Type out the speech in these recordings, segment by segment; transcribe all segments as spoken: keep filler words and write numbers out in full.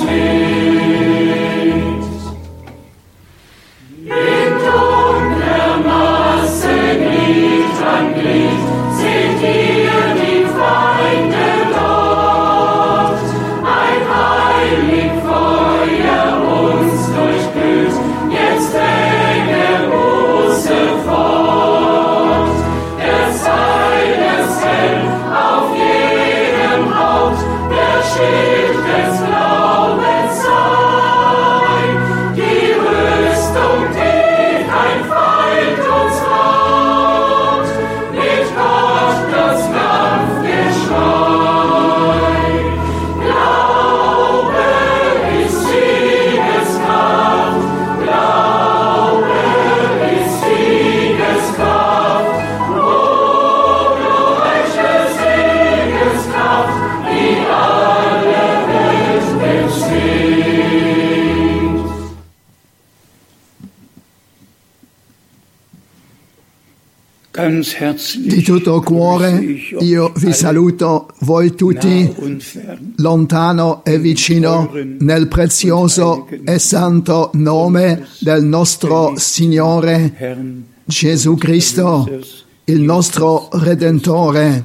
Di tutto cuore io vi saluto, voi tutti, lontano e vicino, nel prezioso e santo nome del nostro Signore Gesù Cristo, il nostro Redentore.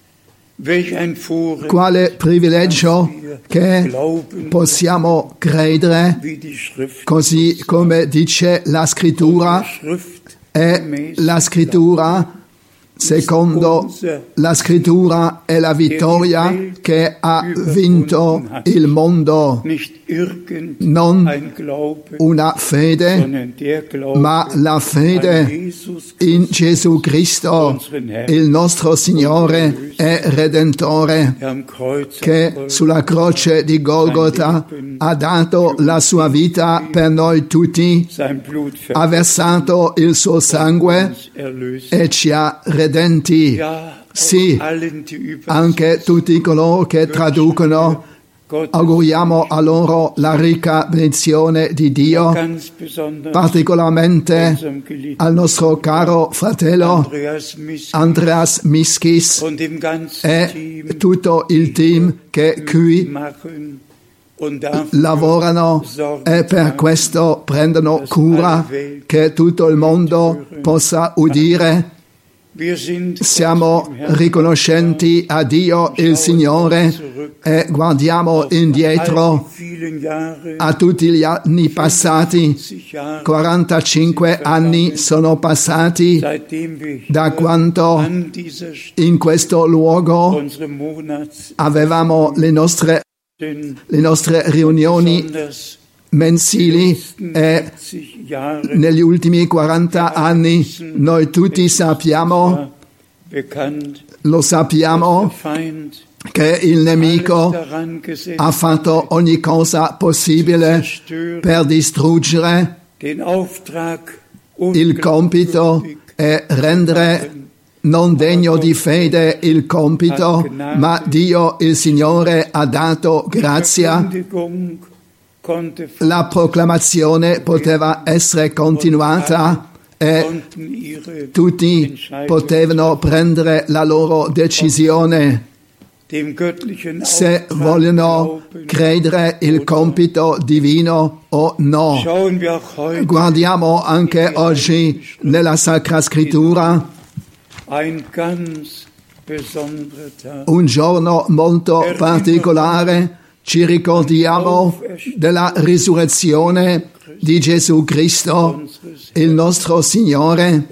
Quale privilegio che possiamo credere, così come dice la Scrittura, e la Scrittura, secondo la Scrittura, è la vittoria che ha vinto il mondo. Non una fede, ma la fede in Gesù Cristo, il nostro Signore e Redentore, che sulla croce di Golgota ha dato la sua vita per noi tutti, ha versato il suo sangue e ci ha redenti. Sì, anche tutti coloro che traducono, auguriamo a loro la ricca benedizione di Dio, particolarmente al nostro caro fratello Andreas Miskis e tutto il team che qui lavorano e per questo prendono cura che tutto il mondo possa udire. Siamo riconoscenti a Dio il Signore e guardiamo indietro a tutti gli anni passati. quarantacinque anni sono passati da quando in questo luogo avevamo le nostre, le nostre riunioni mensili e negli ultimi quaranta anni noi tutti sappiamo, lo sappiamo, che il nemico ha fatto ogni cosa possibile per distruggere il compito e rendere non degno di fede il compito, ma Dio il Signore ha dato grazia. La proclamazione poteva essere continuata e tutti potevano prendere la loro decisione se vogliono credere il compito divino o no. Guardiamo anche oggi nella Sacra Scrittura un giorno molto particolare. Ci ricordiamo della risurrezione di Gesù Cristo, il nostro Signore,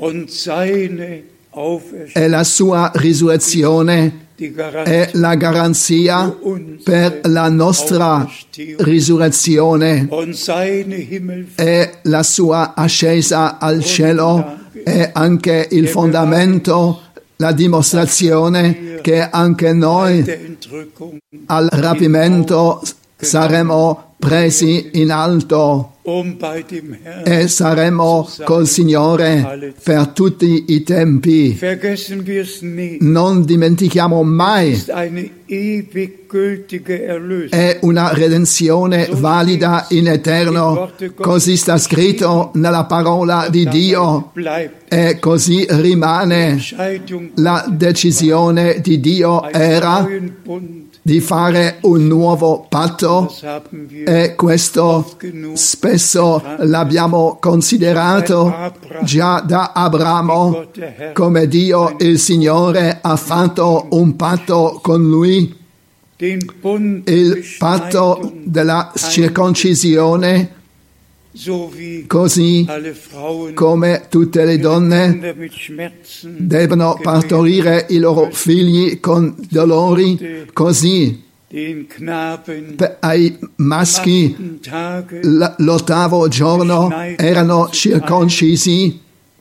e la sua risurrezione è la garanzia per la nostra risurrezione, e la sua ascesa al cielo è anche il fondamento, la dimostrazione che anche noi al rapimento saremo presi in alto e saremo col Signore per tutti i tempi. Non dimentichiamo mai, è una redenzione valida in eterno, così sta scritto nella parola di Dio e così rimane. La decisione di Dio era di fare un nuovo patto, e questo spesso l'abbiamo considerato già da Abramo, come Dio il Signore ha fatto un patto con lui, il patto della circoncisione, così come tutte le donne devono partorire i loro figli con dolori, così per ai maschi l'ottavo giorno erano circoncisi,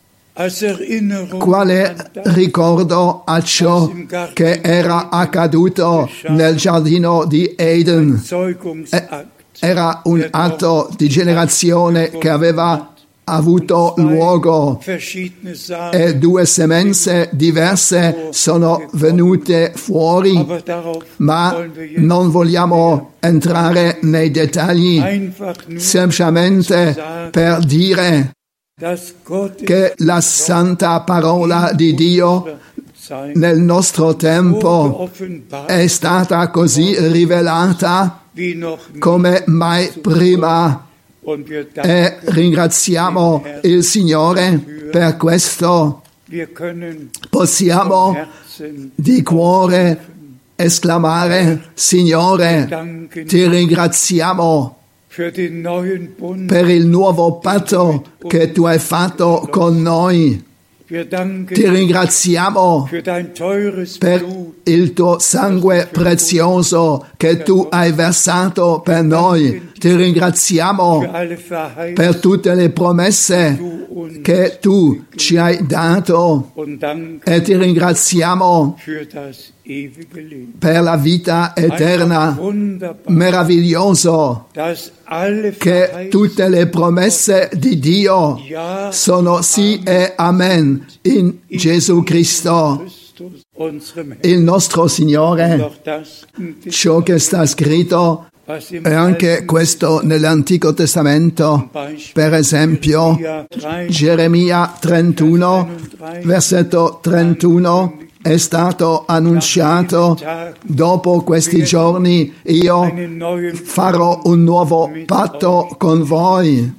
quale ricordo a ciò che era accaduto nel giardino di Eden. Era un atto di generazione che aveva avuto luogo e due semenze diverse sono venute fuori, ma non vogliamo entrare nei dettagli, semplicemente per dire che la santa parola di Dio nel nostro tempo è stata così rivelata come mai prima, e ringraziamo il Signore per questo. Possiamo di cuore esclamare: Signore, ti ringraziamo per il nuovo patto che tu hai fatto con noi. Ti ringraziamo per il tuo sangue prezioso che tu hai versato per noi. Ti ringraziamo per tutte le promesse che tu ci hai dato, e ti ringraziamo per la vita eterna. Meraviglioso che tutte le promesse di Dio sono sì e amen in Gesù Cristo, il nostro Signore. Ciò che sta scritto e anche questo nell'Antico Testamento, per esempio Geremia trentuno, versetto trentuno, è stato annunciato: dopo questi giorni io farò un nuovo patto con voi.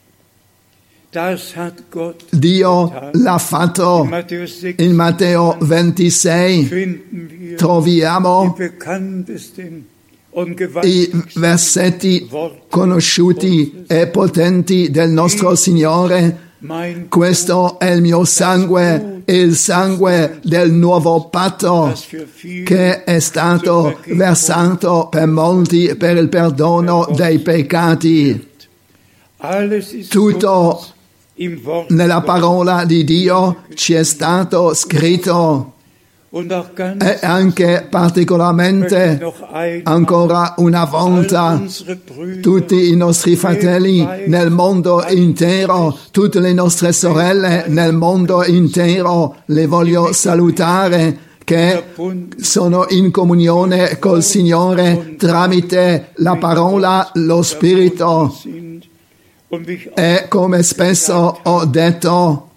Dio l'ha fatto. In Matteo ventisei troviamo i versetti conosciuti e potenti del nostro Signore. Questo è il mio sangue, il sangue del nuovo patto che è stato versato per molti per il perdono dei peccati. Tutto nella parola di Dio ci è stato scritto. E anche particolarmente, ancora una volta, tutti i nostri fratelli nel mondo intero, tutte le nostre sorelle nel mondo intero, le voglio salutare, che sono in comunione col Signore tramite la parola, lo Spirito. E come spesso ho detto,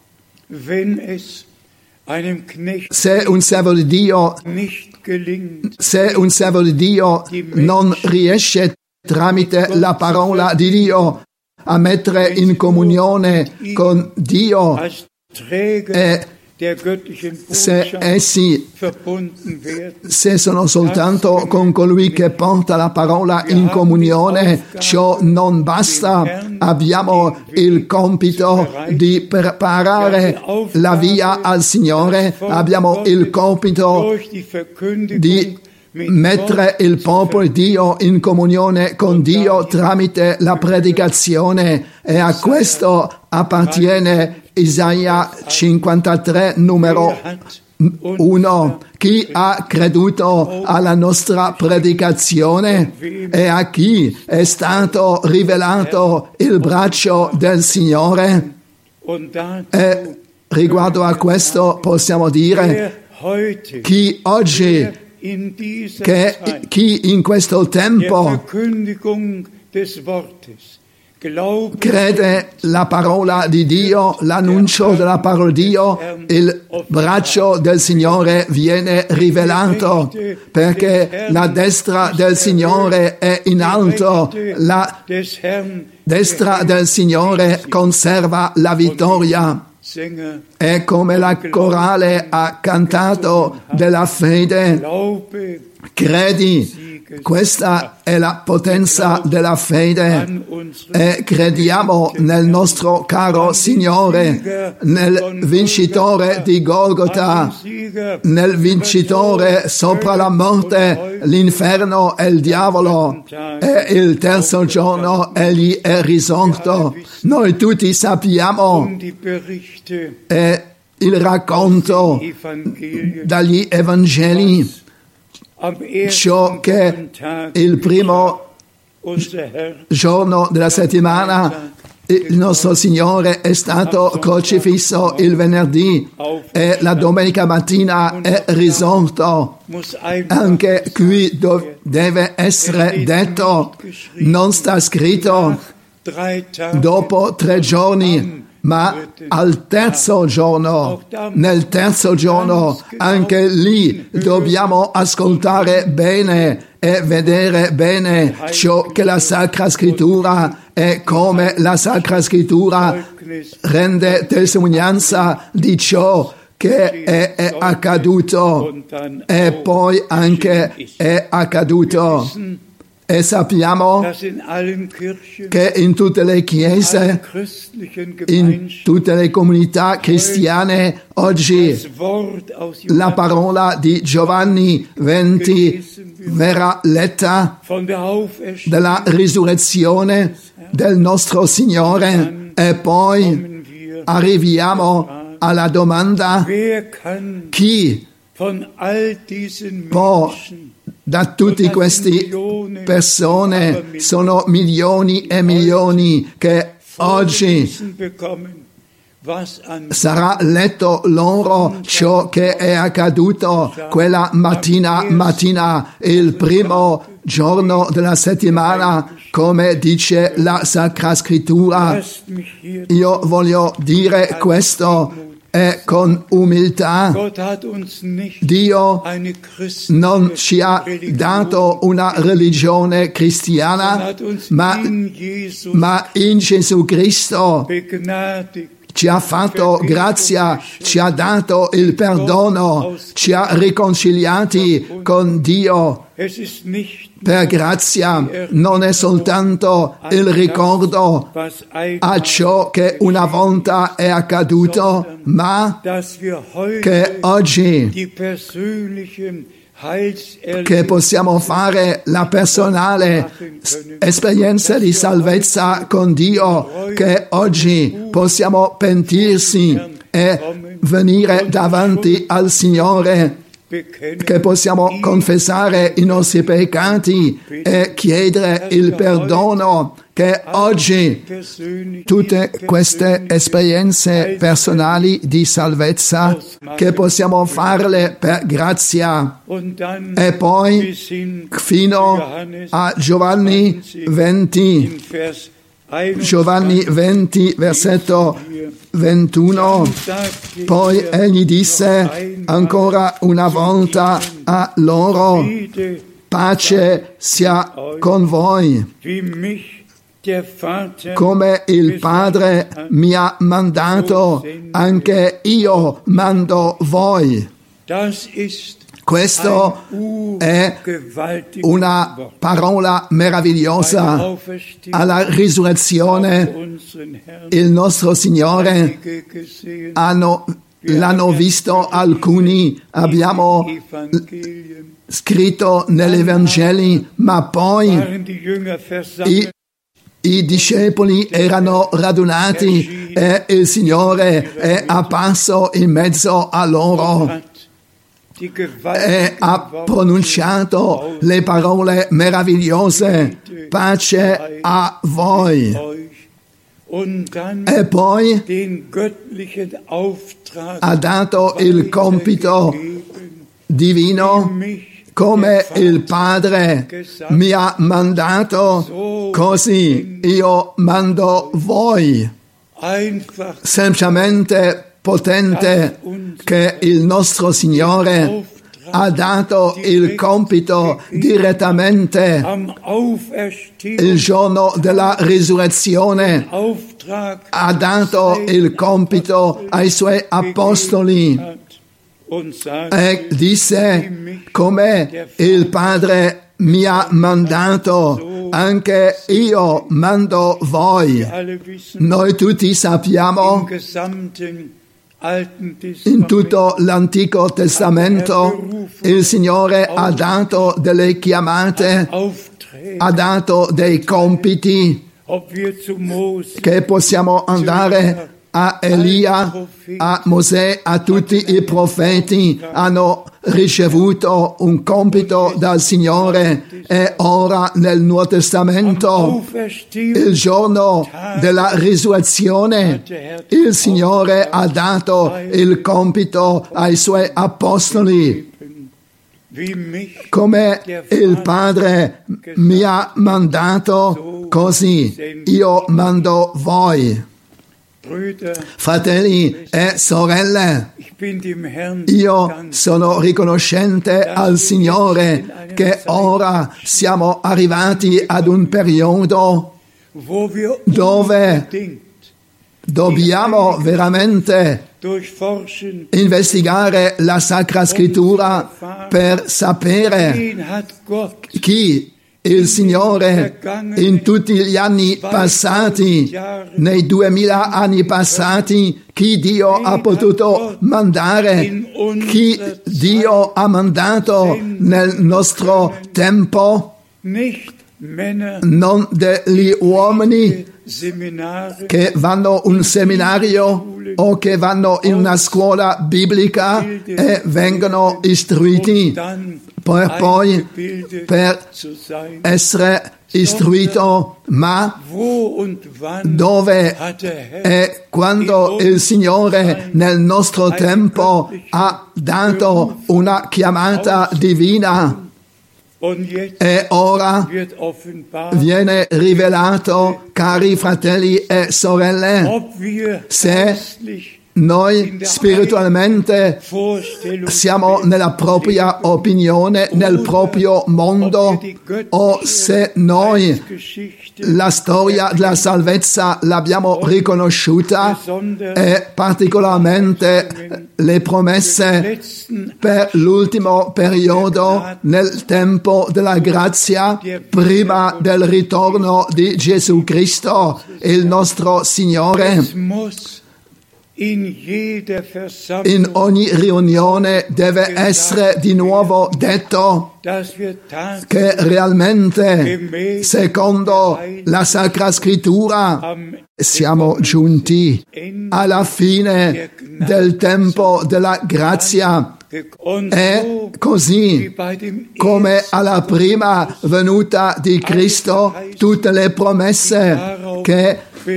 se un servo di Dio, se un servo di Dio non riesce tramite la parola di Dio a mettere in comunione con Dio, e se essi se sono soltanto con colui che porta la parola in comunione, ciò non basta. Abbiamo il compito di preparare la via al Signore, abbiamo il compito di mettere il popolo di Dio in comunione con Dio tramite la predicazione, e a questo appartiene Isaia cinquantatré, numero uno. Chi ha creduto alla nostra predicazione e a chi è stato rivelato il braccio del Signore? E riguardo a questo possiamo dire: chi oggi, che chi in questo tempo crede la parola di Dio, l'annuncio della parola di Dio, il braccio del Signore viene rivelato, perché la destra del Signore è in alto, la destra del Signore conserva la vittoria. È come la corale ha cantato della fede. Credi, questa è la potenza della fede, e crediamo nel nostro caro Signore, nel vincitore di Golgota, nel vincitore sopra la morte, l'inferno e il diavolo, e il terzo giorno egli è risorto. Noi tutti sappiamo e il racconto dagli Evangeli, ciò che il primo giorno della settimana il nostro Signore è stato crocifisso il venerdì e la domenica mattina è risorto. Anche qui deve essere detto, non sta scritto dopo tre giorni, ma al terzo giorno, nel terzo giorno, anche lì dobbiamo ascoltare bene e vedere bene ciò che la Sacra Scrittura e come la Sacra Scrittura rende testimonianza di ciò che è, è accaduto e poi anche è accaduto. E sappiamo che in tutte le chiese, in tutte le comunità cristiane, oggi la parola di Giovanni venti verrà letta della risurrezione del nostro Signore, e poi arriviamo alla domanda: chi può, da tutte queste persone, sono milioni e milioni che oggi sarà letto loro ciò che è accaduto quella mattina, mattina, il primo giorno della settimana, come dice la Sacra Scrittura. Io voglio dire questo, e con umiltà, Dio non ci ha dato una religione cristiana, ma, ma in Gesù Cristo ci ha fatto grazia, ci ha dato il perdono, ci ha riconciliati con Dio. Per grazia non è soltanto il ricordo a ciò che una volta è accaduto, ma che oggi che possiamo fare la personale esperienza di salvezza con Dio, che oggi possiamo pentirsi e venire davanti al Signore, che possiamo confessare i nostri peccati e chiedere il perdono, che oggi tutte queste esperienze personali di salvezza, che possiamo farle per grazia. E poi fino a Giovanni venti, Giovanni venti, versetto ventuno, poi egli disse ancora una volta a loro: pace sia con voi. Come il Padre mi ha mandato, anche io mando voi. Questo è una parola meravigliosa. Alla risurrezione il nostro Signore hanno, l'hanno visto alcuni, abbiamo scritto negli Vangeli, ma poi i, i discepoli erano radunati e il Signore è apparso in mezzo a loro e ha pronunciato le parole meravigliose: pace a voi. E poi ha dato il compito divino: come il Padre mi ha mandato, così io mando voi. Semplicemente potente che il nostro Signore ha dato il compito direttamente il giorno della risurrezione, ha dato il compito ai suoi apostoli e disse: come il Padre mi ha mandato, anche io mando voi. Noi tutti sappiamo, in tutto l'Antico Testamento il Signore ha dato delle chiamate, ha dato dei compiti, che possiamo andare a Elia, a Mosè, a tutti i profeti hanno ricevuto un compito dal Signore, e ora nel Nuovo Testamento, il giorno della risurrezione, il Signore ha dato il compito ai Suoi apostoli. Come il Padre mi ha mandato, così io mando voi. Fratelli e sorelle, io sono riconoscente al Signore che ora siamo arrivati ad un periodo dove dobbiamo veramente investigare la Sacra Scrittura per sapere chi il Signore in tutti gli anni passati, nei duemila anni passati, chi Dio ha potuto mandare, chi Dio ha mandato nel nostro tempo, non degli uomini che vanno a un seminario o che vanno in una scuola biblica e vengono istruiti per poi per essere istruito, ma dove e quando il Signore nel nostro tempo ha dato una chiamata divina, e ora viene rivelato, cari fratelli e sorelle, se noi spiritualmente siamo nella propria opinione, nel proprio mondo, o se noi la storia della salvezza l'abbiamo riconosciuta, e particolarmente le promesse per l'ultimo periodo nel tempo della grazia, prima del ritorno di Gesù Cristo, il nostro Signore. In ogni riunione deve essere di nuovo detto che realmente, secondo la Sacra Scrittura, siamo giunti alla fine del tempo della grazia. E così come alla prima venuta di Cristo, tutte le promesse che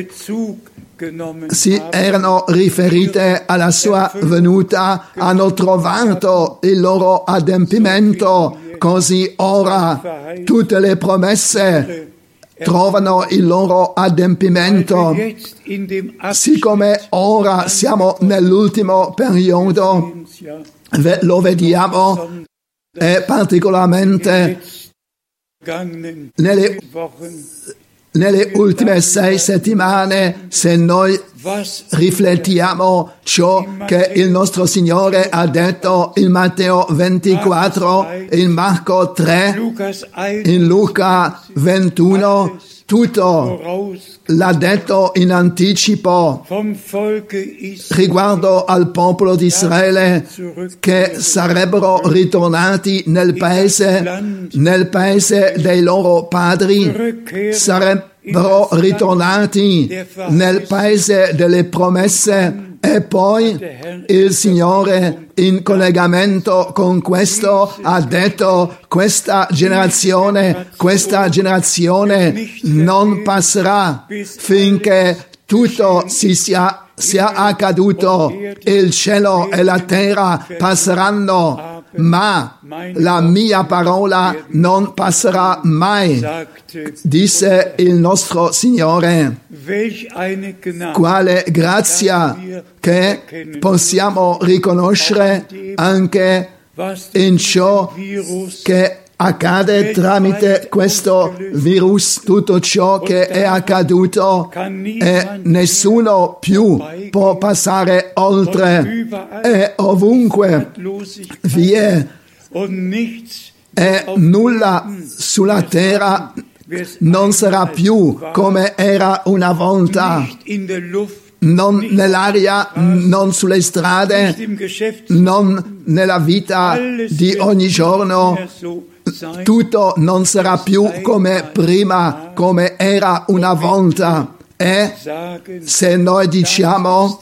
si erano riferite alla sua venuta hanno trovato il loro adempimento, così ora tutte le promesse trovano il loro adempimento. Siccome ora siamo nell'ultimo periodo, lo vediamo, e particolarmente nelle Nelle ultime sei settimane, se noi riflettiamo ciò che il nostro Signore ha detto in Matteo ventiquattro, in Marco tre, in Luca ventuno, tutto l'ha detto in anticipo riguardo al popolo di Israele, che sarebbero ritornati nel paese, nel paese dei loro padri, sarebbero ritornati nel paese delle promesse. E poi il Signore, in collegamento con questo, ha detto: questa generazione, questa generazione non passerà finché tutto si sia, sia accaduto. Il cielo e la terra passeranno, ma la mia parola non passerà mai, disse il nostro Signore. Quale grazia che possiamo riconoscere anche in ciò che accade tramite questo virus, tutto ciò che è accaduto e nessuno più può passare oltre, e ovunque vi è e nulla sulla terra non sarà più come era una volta. Non nell'aria, non sulle strade, non nella vita di ogni giorno. Tutto non sarà più come prima, come era una volta. E se noi diciamo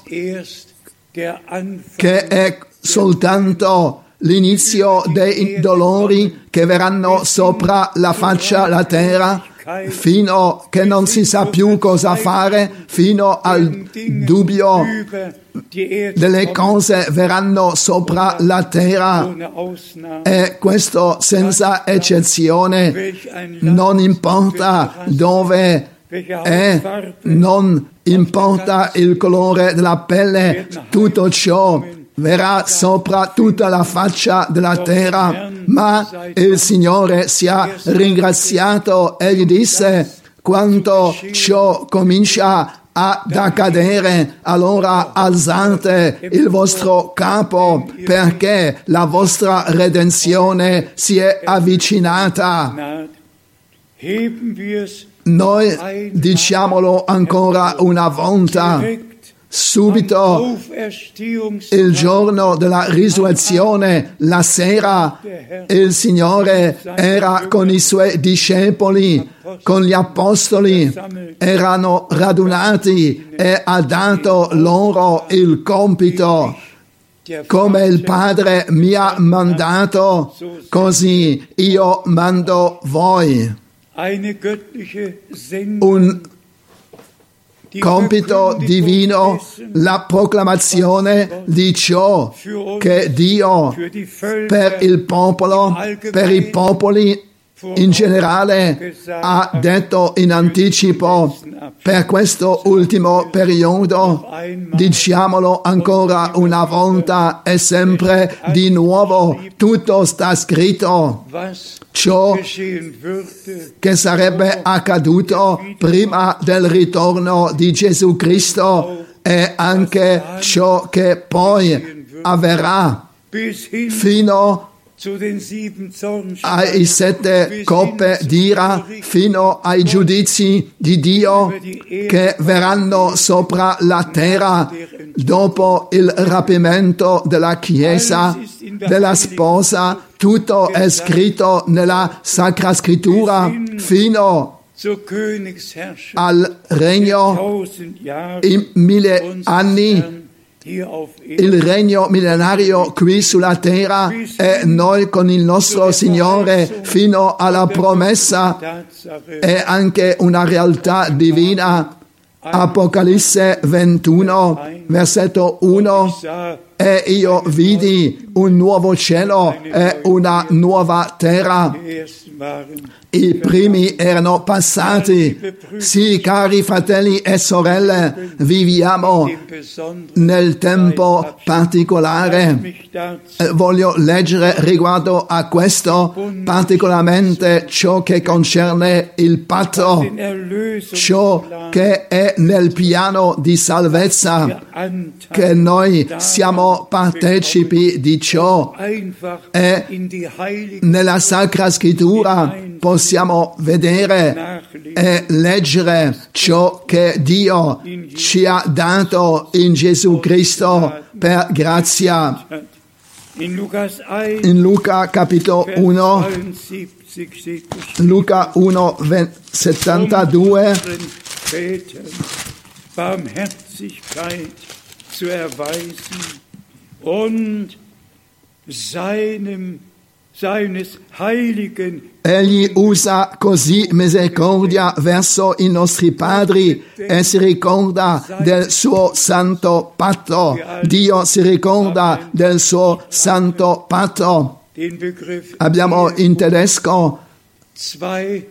che è soltanto l'inizio dei dolori che verranno sopra la faccia, la terra, fino che non si sa più cosa fare, fino al dubbio delle cose verranno sopra la terra, e questo senza eccezione, non importa dove è, non importa il colore della pelle, tutto ciò verrà sopra tutta la faccia della terra. Ma il Signore sia ringraziato. Egli disse: quando ciò comincia ad accadere, allora alzate il vostro capo, perché la vostra redenzione si è avvicinata. Noi diciamolo ancora una volta: subito il giorno della risurrezione, la sera, il Signore era con i Suoi discepoli, con gli apostoli, erano radunati e ha dato loro il compito. Come il Padre mi ha mandato, così io mando voi. Un compito divino, la proclamazione di ciò che Dio per il popolo, per i popoli in generale ha detto in anticipo per questo ultimo periodo. Diciamolo ancora una volta e sempre di nuovo: tutto sta scritto. Ciò che sarebbe accaduto prima del ritorno di Gesù Cristo e anche ciò che poi avverrà fino ai sette coppe d'ira, fino ai giudizi di Dio che verranno sopra la terra dopo il rapimento della Chiesa, della sposa. Tutto è scritto nella Sacra Scrittura fino al regno in mille anni, il regno millenario qui sulla terra, e noi con il nostro Signore fino alla promessa. È anche una realtà divina. Apocalisse ventuno, versetto uno: e io vidi un nuovo cielo e una nuova terra. I primi erano passati. Sì, cari fratelli e sorelle, viviamo nel tempo particolare. Voglio leggere riguardo a questo particolarmente ciò che concerne il patto, ciò che è nel piano di salvezza, che noi siamo partecipi di ciò, e nella Sacra Scrittura possiamo vedere e leggere ciò che Dio ci ha dato in Gesù Cristo per grazia. In Luca capitolo uno, Luca uno, settantadue, Barmherzigkeit zu erweisen und seinem seines heiligen. Egli usa così misericordia verso i nostri padri e si ricorda del suo santo patto. Dio si ricorda del suo santo patto. den Begriff abbiamo in tedesco zwei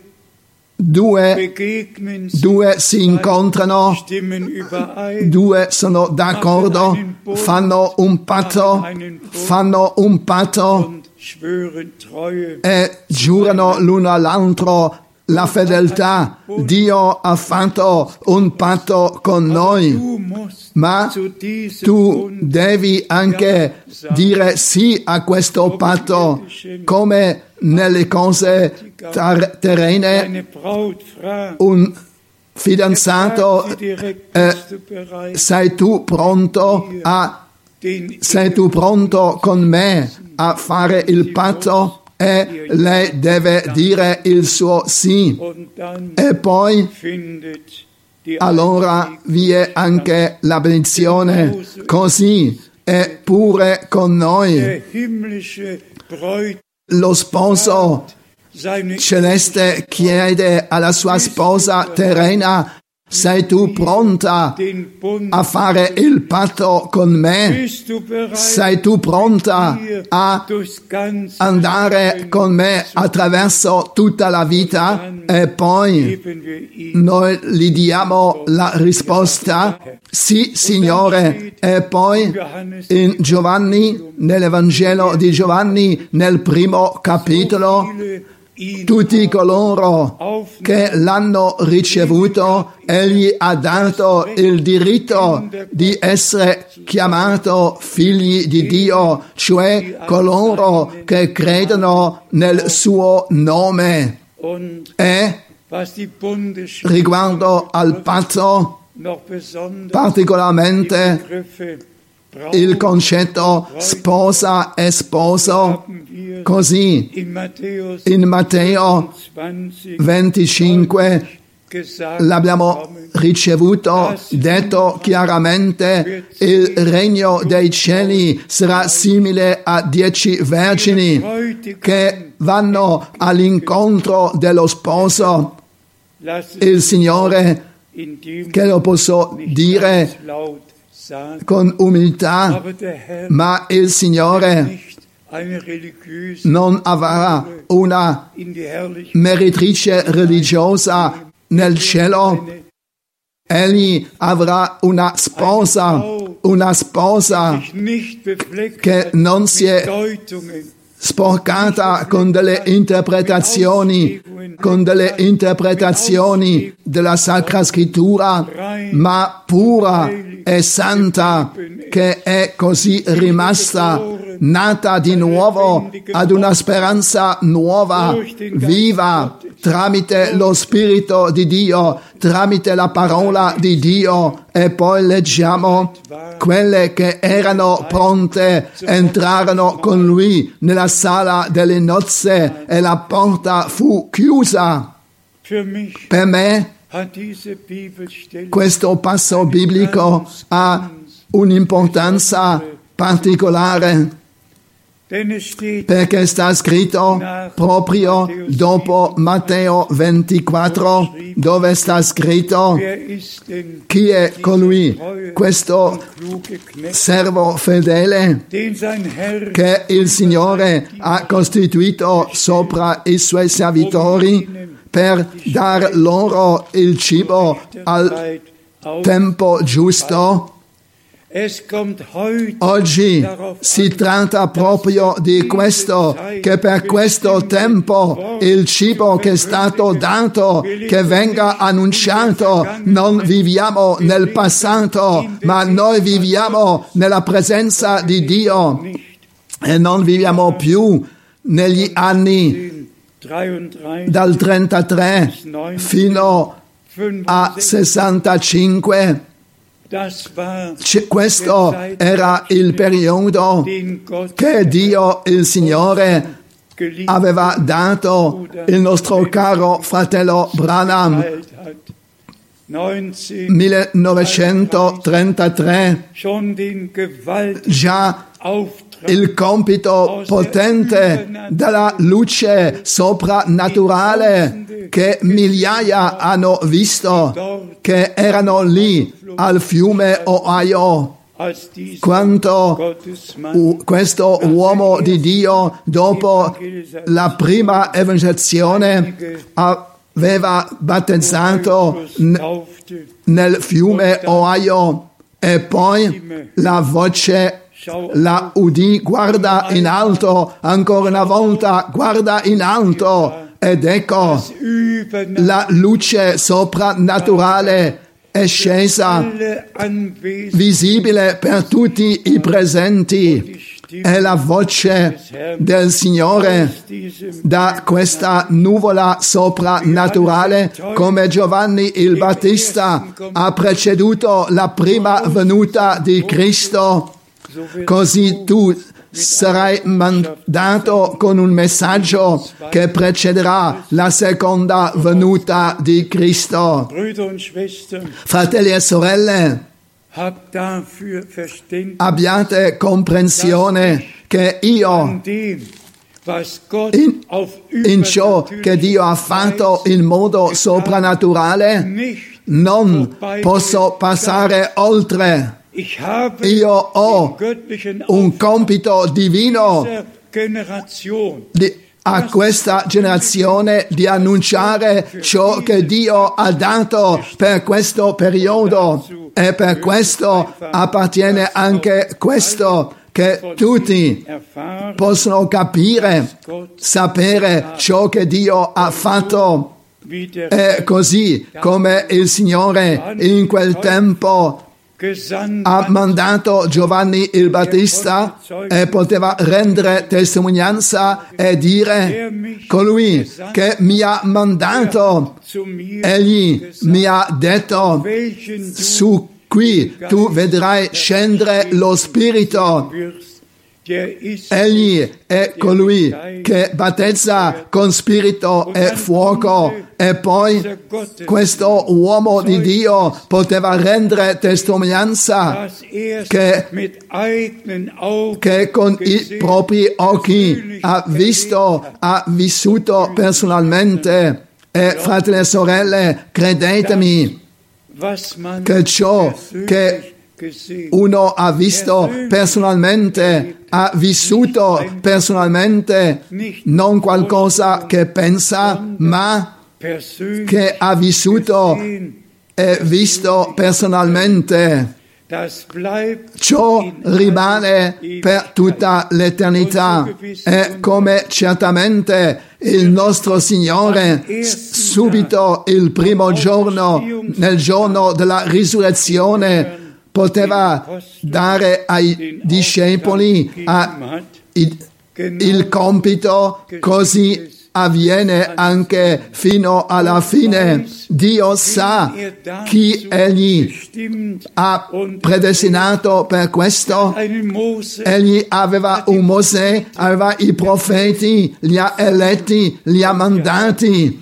due, begegnen sich, due si incontrano, stimmen überein, due sono d'accordo, fanno un patto, fanno un patto und schwören Treue. e giurano l'uno all'altro la fedeltà. Dio ha fatto un patto con noi, Du musst ma zu diesem tu Bund devi anche dire sì a questo patto, come nelle cose tar- terrene. deine Braut fragt, Un fidanzato, fragt sie direkt, eh, bist du bereit, sei tu pronto a den sei tu pronto con me a fare il patto? E lei deve dire il suo sì. und dann E poi findet die allora vi è anche la benedizione. Così è pure con noi. der himmlische Bräut Lo sposo seine celeste chiede alla sua sposa terrena: sei tu pronta den Bund, a fare il patto con me? bist du bereit, Sei tu pronta a durchs ganze andare con me attraverso tutta la vita? E poi geben wir ihm noi gli diamo la risposta: sì, Signore. E poi Johannes in Giovanni, nell'Evangelo di Giovanni, nel primo capitolo, viele ihn tutti coloro che l'hanno ricevuto, egli ha dato il diritto di essere chiamato figli di Dio, cioè coloro che credono nel suo nome. und E was die Bundesschrift riguardo al patto, noch besonders particolarmente Begriffe il concetto sposa e sposo, haben wir così in Matthäus in Matteo zwanzig venticinque gesagt l'abbiamo bekommen. ricevuto, detto chiaramente: il regno dei cieli sarà simile a dieci vergini che vanno all'incontro dello sposo. Lass es Il Signore, in dem che lo posso nicht dire ganz laut sagen, con umiltà, aber der Herr ma il Signore nicht eine religiöse non avrà una in die herrliche meretrice religiosa nel cielo. Egli avrà una sposa, una sposa sich nicht befleckt che hat non si mit è Deutungen, sporcata con delle interpretazioni, con delle interpretazioni della Sacra Scrittura, ma pura e santa, che è così rimasta, nata di nuovo ad una speranza nuova, viva, tramite lo Spirito di Dio, tramite la parola di Dio. E poi leggiamo: quelle che erano pronte entrarono con lui nella sala delle nozze e la porta fu chiusa. für mich Per me hat diese Bibelstelle questo passo biblico ha un'importanza particolare, denn es steht perché sta scritto proprio dopo Matteo ventiquattro, dove sta scritto: wer ist denn chi è colui, questo kluge Knecht, servo fedele den sein Herr che il Signore ha costituito sopra i suoi servitori per dar loro il cibo al Zeit auf. tempo giusto? Es kommt heute Oggi darauf si tratta proprio di questo, che per questo tempo il cibo che è stato dato, che venga annunciato. Non viviamo nel passato, ma noi viviamo nella presenza di Dio e non viviamo più negli anni dreiunddreißig dal trentatré fino a sessantacinque. das war C- questo era il periodo den Gott che Dio, il Signore, geliebt aveva dato il nostro caro fratello Branham. hat. millenovecentotrentatré, Schon den gewaltigen già Auftrag il compito potente della luce soprannaturale che migliaia hanno visto, che erano lì al fiume Ohio quando questo uomo di Dio, dopo la prima evangelizzazione, aveva battezzato nel fiume Ohio e poi la voce la udì: guarda in alto, ancora una volta, guarda in alto, ed ecco la luce soprannaturale è scesa, visibile per tutti i presenti, e la voce del Signore da questa nuvola soprannaturale, come Giovanni il Battista ha preceduto la prima venuta di Cristo, così tu sarai mandato con un messaggio che precederà la seconda venuta di Cristo. Fratelli e sorelle, abbiate comprensione che io, in, in ciò che Dio ha fatto in modo soprannaturale, non posso passare oltre. Io ho un compito divino di, a questa generazione di annunciare ciò che Dio ha dato per questo periodo, e per questo appartiene anche questo, che tutti possono capire, sapere ciò che Dio ha fatto. E così come il Signore in quel tempo ha mandato Giovanni il Battista e poteva rendere testimonianza e dire: colui che mi ha mandato, egli mi ha detto, su cui tu vedrai scendere lo Spirito. Egli è colui che battezza con spirito e fuoco, e poi questo uomo di Dio poteva rendere testimonianza che, che con i propri occhi ha visto, ha vissuto personalmente. E fratelli e sorelle, credetemi che ciò che uno ha visto personalmente, ha vissuto personalmente, non qualcosa che pensa, ma che ha vissuto e visto personalmente. Ciò rimane per tutta l'eternità, e come certamente il nostro Signore subito il primo giorno, nel giorno della risurrezione, poteva dare ai discepoli a, il, il compito, così avviene anche fino alla fine. Dio sa chi egli ha predestinato per questo. Egli aveva un Mosè, aveva i profeti, li ha eletti, li ha mandati,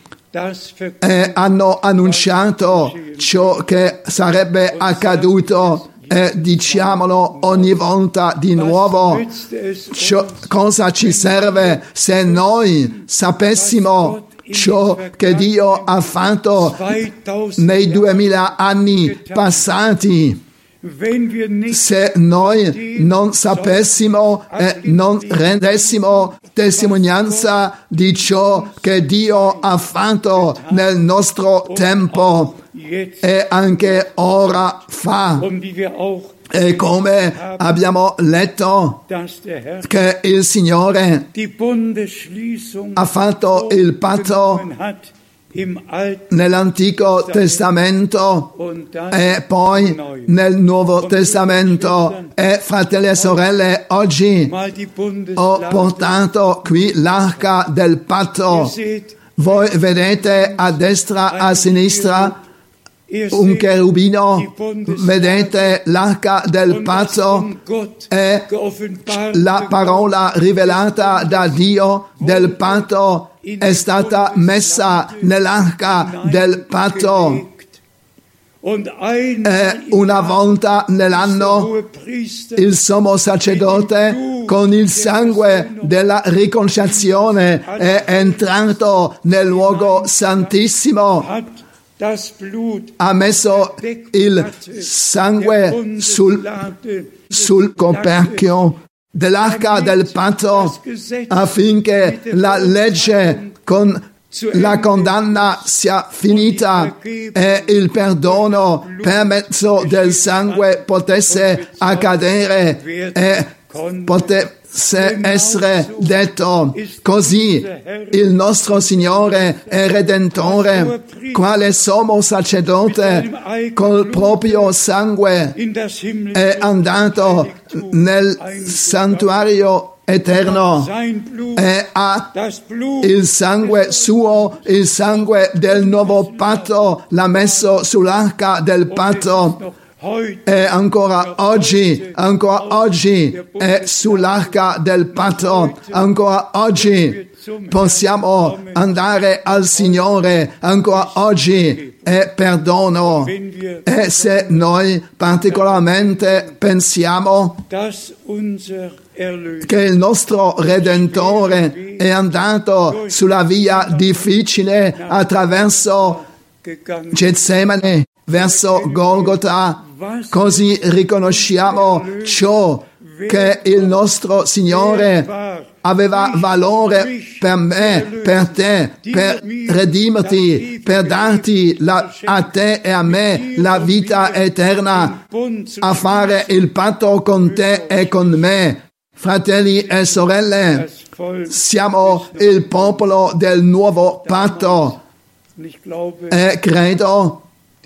e hanno annunciato ciò che sarebbe accaduto. E diciamolo ogni volta di nuovo: ciò, cosa ci serve se noi sapessimo ciò che Dio ha fatto nei duemila anni passati? Se noi non sapessimo e non rendessimo testimonianza di ciò che Dio ha fatto nel nostro tempo e anche ora fa, e come abbiamo letto che il Signore ha fatto il patto nell'Antico Testamento e poi nel Nuovo Testamento. E fratelli e sorelle, oggi ho portato qui l'arca del patto. Voi vedete a destra, a sinistra un cherubino, vedete l'arca del patto, e la parola rivelata da Dio del patto è stata messa nell'arca del patto. E una volta nell'anno il sommo sacerdote, con il sangue della riconciliazione, è entrato nel luogo santissimo. ha messo il sangue sul, sul coperchio dell'arca del patto affinché la legge con la condanna sia finita e il perdono per mezzo del sangue potesse accadere e potesse essere detto: così il nostro Signore e Redentore, quale sommo sacerdote col proprio sangue, è andato nel santuario eterno e ha il sangue suo, il sangue del nuovo patto, l'ha messo sull'arca del patto. E ancora oggi, ancora oggi è sull'arca del patto, ancora oggi possiamo andare al Signore, ancora oggi è perdono. E se noi particolarmente pensiamo che il nostro Redentore è andato sulla via difficile attraverso Getsemane verso Golgota, così riconosciamo ciò che il nostro Signore aveva valore per me, per te, per redimerti, per darti la, a te e a me la vita eterna, a fare il patto con te e con me. Fratelli e sorelle, siamo il popolo del nuovo patto e credo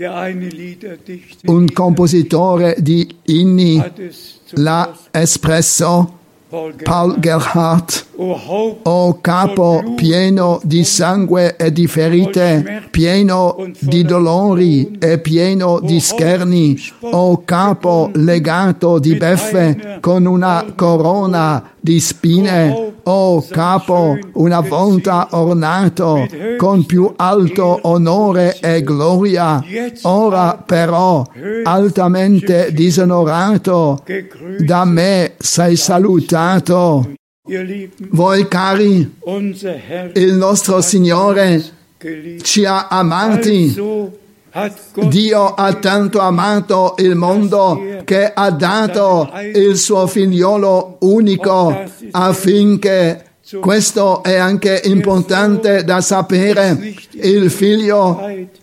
un compositore di inni l'ha espresso, Paul Gerhardt: o capo pieno di sangue e di ferite, pieno di dolori e pieno di scherni, o capo legato di beffe con una corona di spine, o capo una volta ornato con più alto onore e gloria, ora però altamente disonorato, da me sei salutato. Voi cari, il nostro Signore ci ha amati. Dio ha tanto amato il mondo che ha dato il suo figliolo unico, affinché, questo è anche importante da sapere, il figlio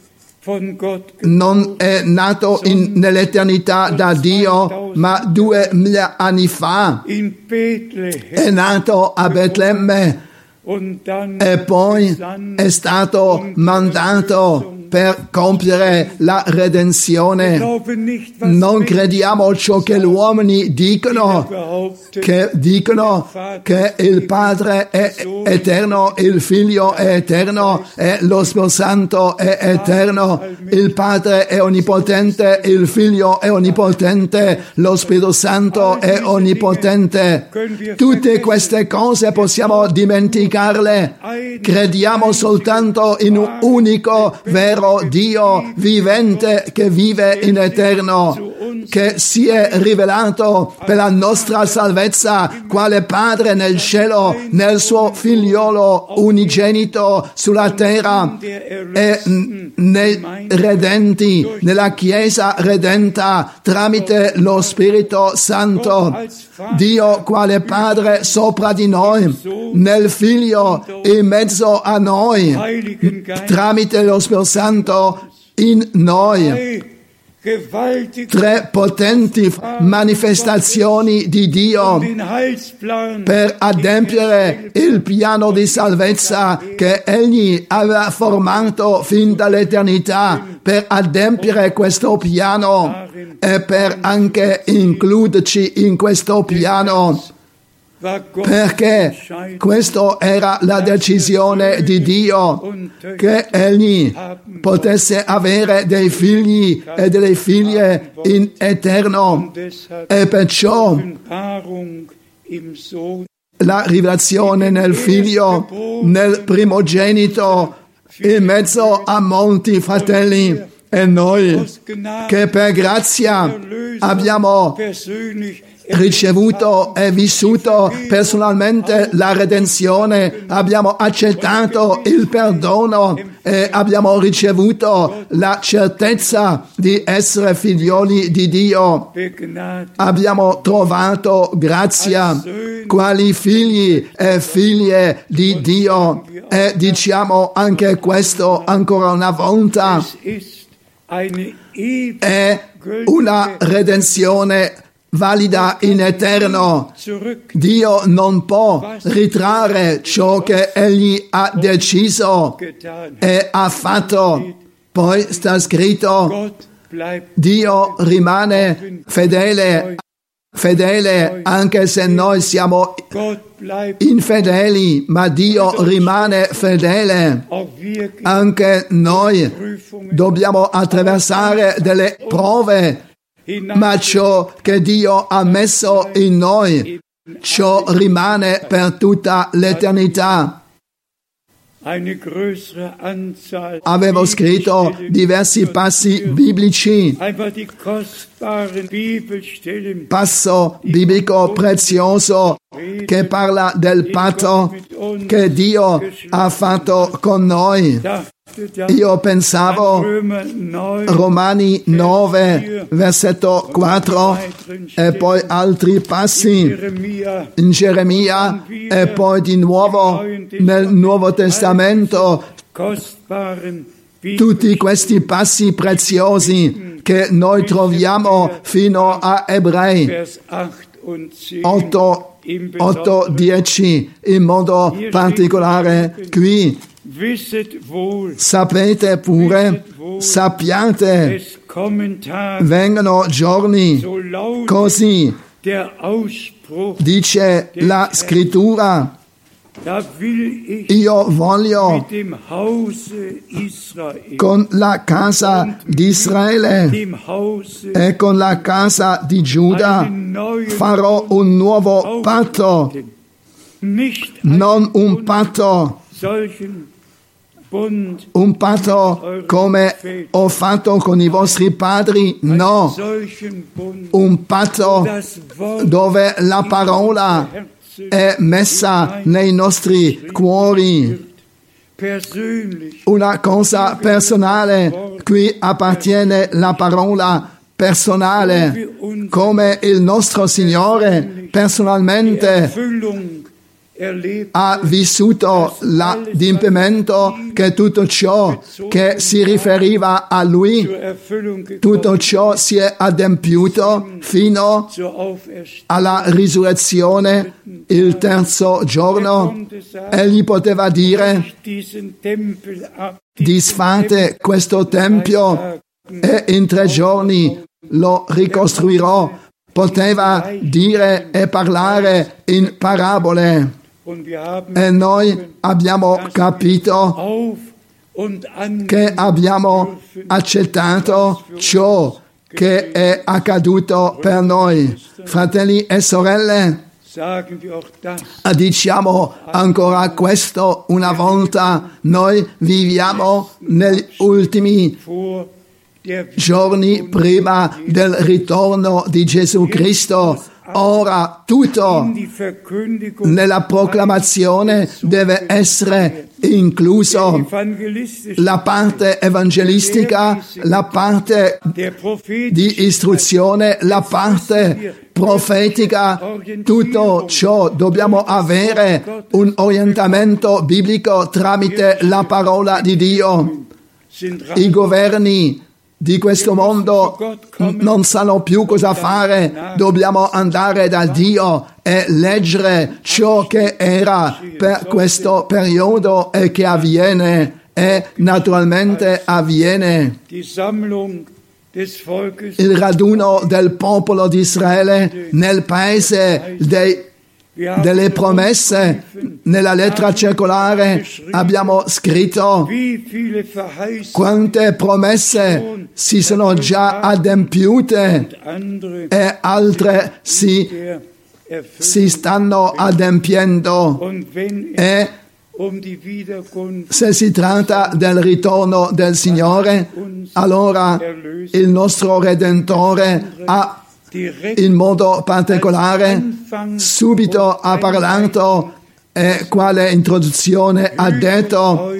non è nato in, nell'eternità da Dio, ma duemila anni fa è nato a Betlemme e poi è stato mandato per compiere la redenzione. Non crediamo ciò che gli uomini dicono, che dicono che il Padre è eterno, il Figlio è eterno e lo Spirito Santo è eterno. Il Padre è onnipotente, il Figlio è onnipotente, lo Spirito Santo è onnipotente. Tutte queste cose possiamo dimenticarle. Crediamo soltanto in un unico vero Dio vivente che vive in eterno, che si è rivelato per la nostra salvezza quale Padre nel cielo, nel suo figliolo unigenito sulla terra e nei redenti, nella Chiesa redenta tramite lo Spirito Santo. Dio quale Padre sopra di noi, nel Figlio in mezzo a noi, tramite lo Spirito Santo in noi. Tre potenti manifestazioni di Dio per adempiere il piano di salvezza che Egli aveva formato fin dall'eternità, per adempiere questo piano e per anche includerci in questo piano, perché questa era la decisione di Dio, che Egli potesse avere dei figli e delle figlie in eterno, e perciò la rivelazione nel Figlio, nel primogenito, in mezzo a molti fratelli, e noi che per grazia abbiamo ricevuto e vissuto personalmente la redenzione, abbiamo accettato il perdono e abbiamo ricevuto la certezza di essere figlioli di Dio. Abbiamo trovato grazia quali figli e figlie di Dio e diciamo anche questo ancora una volta. È una redenzione valida in eterno. Dio non può ritrarre ciò che Egli ha deciso e ha fatto. Poi sta scritto, Dio rimane fedele, fedele anche se noi siamo infedeli, ma Dio rimane fedele. Anche noi dobbiamo attraversare delle prove, ma ciò che Dio ha messo in noi, ciò rimane per tutta l'eternità. Avevo scritto diversi passi biblici, passo biblico prezioso che parla del patto che Dio ha fatto con noi. Io pensavo Romani nove, versetto quattro, e poi altri passi in Geremia e poi di nuovo nel Nuovo Testamento. Tutti questi passi preziosi che noi troviamo fino a Ebrei otto dieci, in modo particolare qui. Sapete pure, sappiate, vengono giorni così, dice la scrittura, io voglio con la casa di Israele e con la casa di Giuda farò un nuovo patto, non un patto un patto come ho fatto con i vostri padri, no, un patto dove la parola è messa nei nostri cuori. Una cosa personale, qui appartiene la parola personale, come il nostro Signore personalmente ha vissuto l'adempimento che tutto ciò che si riferiva a Lui, tutto ciò si è adempiuto fino alla risurrezione il terzo giorno. Egli poteva dire, disfate questo tempio e in tre giorni lo ricostruirò. Poteva dire e parlare in parabole. E noi abbiamo capito che abbiamo accettato ciò che è accaduto per noi. Fratelli e sorelle, diciamo ancora questo una volta, noi viviamo negli ultimi giorni prima del ritorno di Gesù Cristo. Ora tutto nella proclamazione deve essere incluso, la parte evangelistica, la parte di istruzione, la parte profetica, tutto ciò dobbiamo avere un orientamento biblico tramite la parola di Dio. I governi di questo mondo non sanno più cosa fare, dobbiamo andare da Dio e leggere ciò che era per questo periodo e che avviene e naturalmente avviene. Il raduno del popolo di Israele nel paese dei delle promesse, nella lettera circolare abbiamo scritto quante promesse si sono già adempiute e altre si, si stanno adempiendo, e se si tratta del ritorno del Signore, allora il nostro Redentore ha in modo particolare, subito ha parlato e quale introduzione ha detto: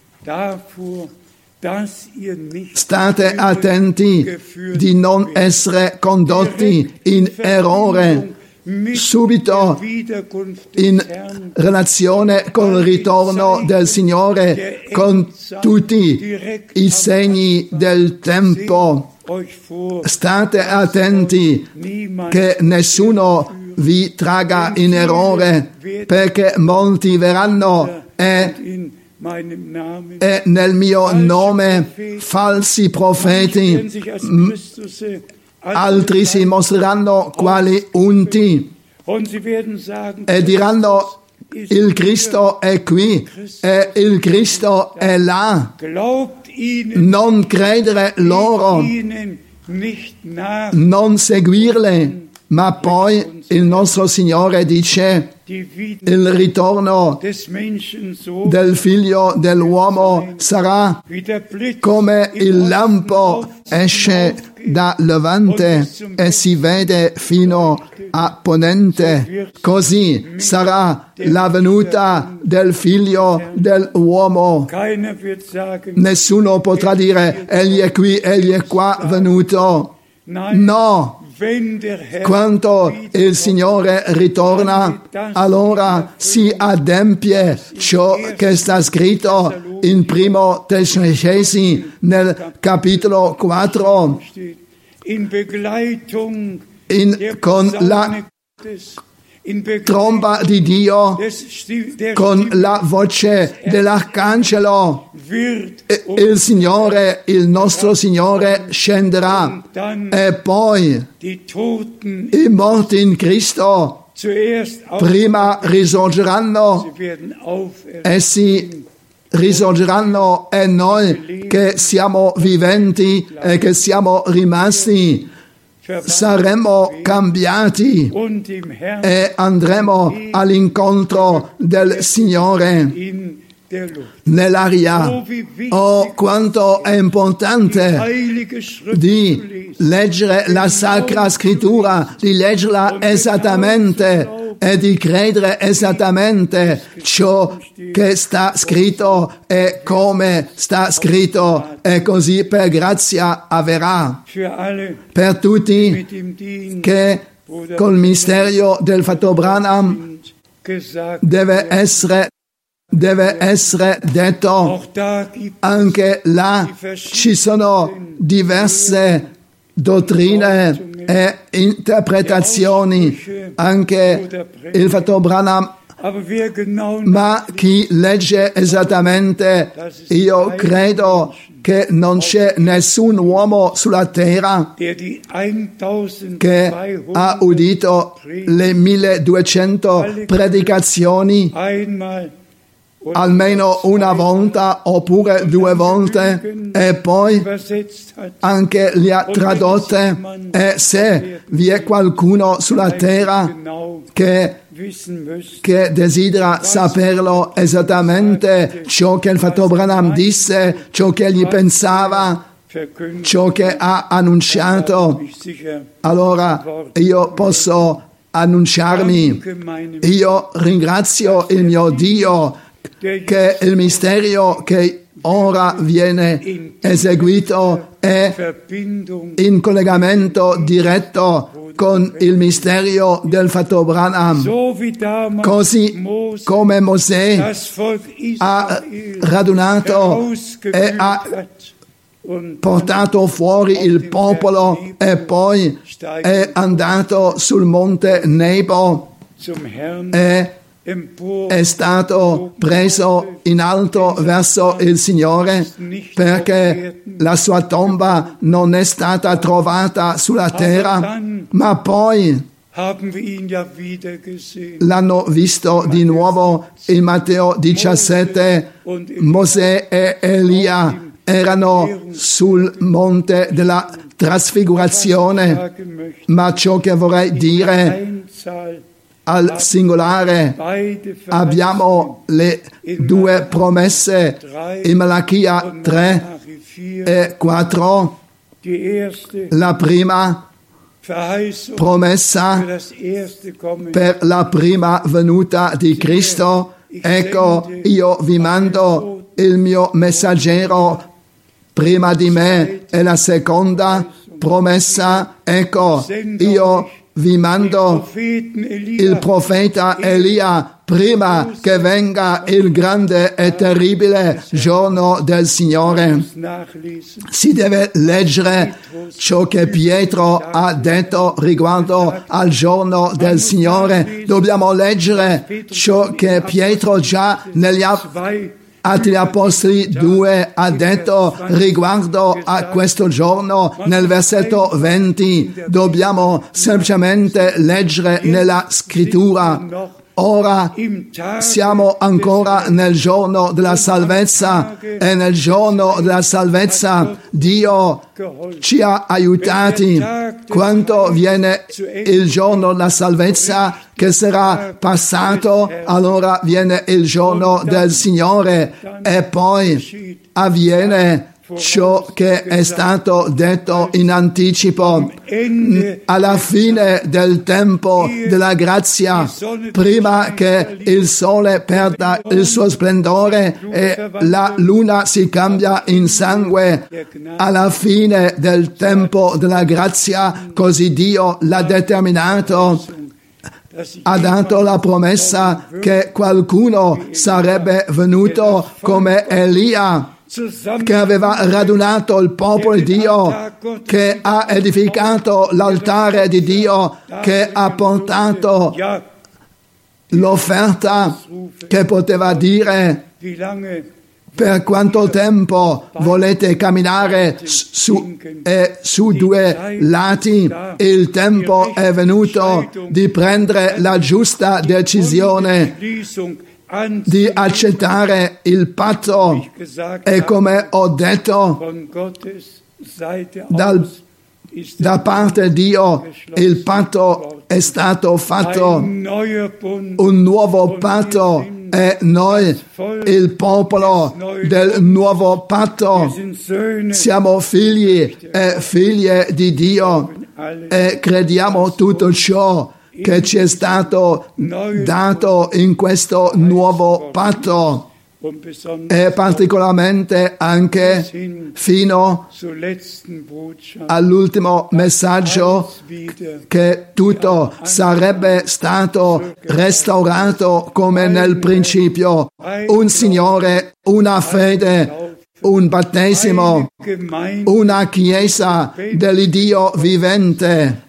state attenti di non essere condotti in errore. Subito in relazione con il ritorno del Signore, con tutti i segni del tempo, state attenti che nessuno vi tragga in errore, perché molti verranno e, e nel mio nome falsi profeti, m- altri si mostreranno quali unti e diranno: il Cristo è qui e il Cristo è là. Non credere loro, non seguirle. Ma poi il nostro Signore dice: il ritorno del Figlio dell'uomo sarà come il lampo esce da levante e si vede fino a ponente. Così sarà la venuta del Figlio dell'uomo. Nessuno potrà dire: egli è qui, egli è qua venuto. No. Quando il Signore ritorna, allora si adempie ciò che sta scritto in primo Tessalonicesi nel capitolo quattro, in, con la tromba di Dio, con la voce dell'arcangelo, il Signore, il nostro Signore scenderà e poi i morti in Cristo prima risorgeranno, essi risorgeranno e noi che siamo viventi e che siamo rimasti saremo cambiati e andremo all'incontro del Signore nell'aria. Oh, quanto è importante di leggere la Sacra Scrittura, di leggerla esattamente e di credere esattamente ciò che sta scritto e come sta scritto, e così per grazia avverrà. Per tutti che col mistero del fratello Branham deve essere deve essere detto, anche là ci sono diverse dottrine e interpretazioni, anche il fratello Branham, ma chi legge esattamente, io credo che non c'è nessun uomo sulla terra che ha udito le milleduecento predicazioni almeno una volta oppure due volte e poi anche le ha tradotte. E se vi è qualcuno sulla terra che, che desidera saperlo esattamente ciò che il fratello Branham disse, ciò che egli pensava, ciò che ha annunciato, allora io posso annunciarmi. Io ringrazio il mio Dio che il mistero che ora viene eseguito è in collegamento diretto con il mistero del fratello Branham, così come Mosè ha radunato e ha portato fuori il popolo e poi è andato sul monte Nebo e è stato preso in alto verso il Signore, perché la sua tomba non è stata trovata sulla terra, ma poi l'hanno visto di nuovo in Matteo diciassette. Mosè e Elia erano sul monte della trasfigurazione, ma ciò che vorrei dire al singolare, abbiamo le due promesse in Malachia tre e quattro. La prima promessa per la prima venuta di Cristo. Ecco, io vi mando il mio messaggero prima di me, e la seconda promessa, ecco, io vi mando il profeta Elia prima che venga il grande e terribile giorno del Signore. Si deve leggere ciò che Pietro ha detto riguardo al giorno del Signore. Dobbiamo leggere ciò che Pietro già negli Atti Apostoli due ha detto riguardo a questo giorno. Nel versetto venti dobbiamo semplicemente leggere nella scrittura: ora siamo ancora nel giorno della salvezza, e nel giorno della salvezza Dio ci ha aiutati. Quando viene il giorno della salvezza che sarà passato, allora viene il giorno del Signore, e poi avviene ciò che è stato detto in anticipo. Alla fine del tempo della grazia, prima che il sole perda il suo splendore e la luna si cambia in sangue, alla fine del tempo della grazia, così Dio l'ha determinato, ha dato la promessa che qualcuno sarebbe venuto come Elia, che aveva radunato il popolo di Dio, che ha edificato l'altare di Dio, che ha portato l'offerta, che poteva dire: per quanto tempo volete camminare su, eh, su due lati? Il tempo è venuto di prendere la giusta decisione, di accettare il patto. E come ho detto, dal, da parte di Dio il patto è stato fatto, un nuovo patto, e noi, il popolo del nuovo patto, siamo figli e figlie di Dio, e crediamo tutto ciò che ci è stato dato in questo nuovo patto, e particolarmente anche fino all'ultimo messaggio, che tutto sarebbe stato restaurato come nel principio: un Signore, una fede, un battesimo, una chiesa dell'Iddio vivente,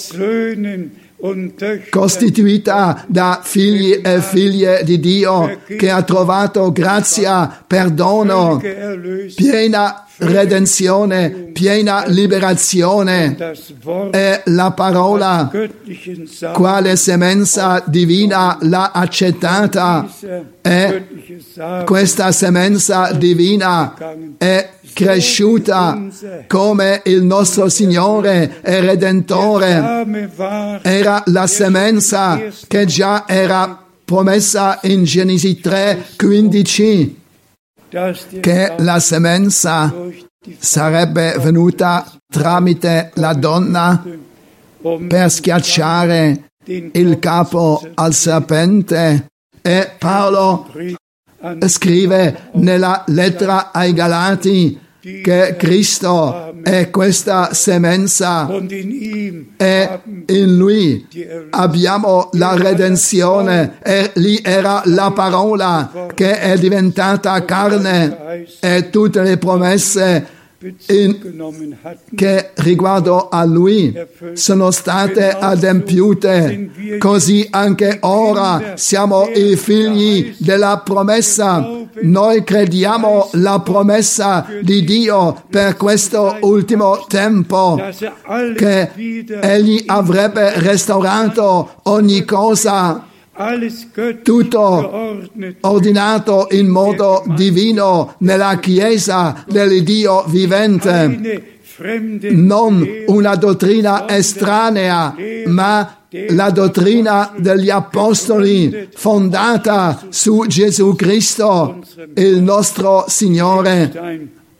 costituita da figli e figlie di Dio, che ha trovato grazia, perdono, piena redenzione, piena liberazione, e la parola, quale semenza divina, l'ha accettata, e questa semenza divina è cresciuta come il nostro Signore e Redentore. Era la semenza che già era promessa in Genesi tre quindici, che la semenza sarebbe venuta tramite la donna per schiacciare il capo al serpente. E Paolo scrive nella lettera ai Galati che Cristo è questa semenza, e in Lui abbiamo la redenzione, e lì era la parola che è diventata carne, e tutte le promesse in, che riguardo a Lui sono state adempiute. Così anche ora siamo i figli della promessa. Noi crediamo la promessa di Dio per questo ultimo tempo, che Egli avrebbe restaurato ogni cosa, tutto ordinato in modo divino nella Chiesa dell'Iddio vivente, non una dottrina estranea, ma la dottrina degli Apostoli, fondata su Gesù Cristo, il nostro Signore.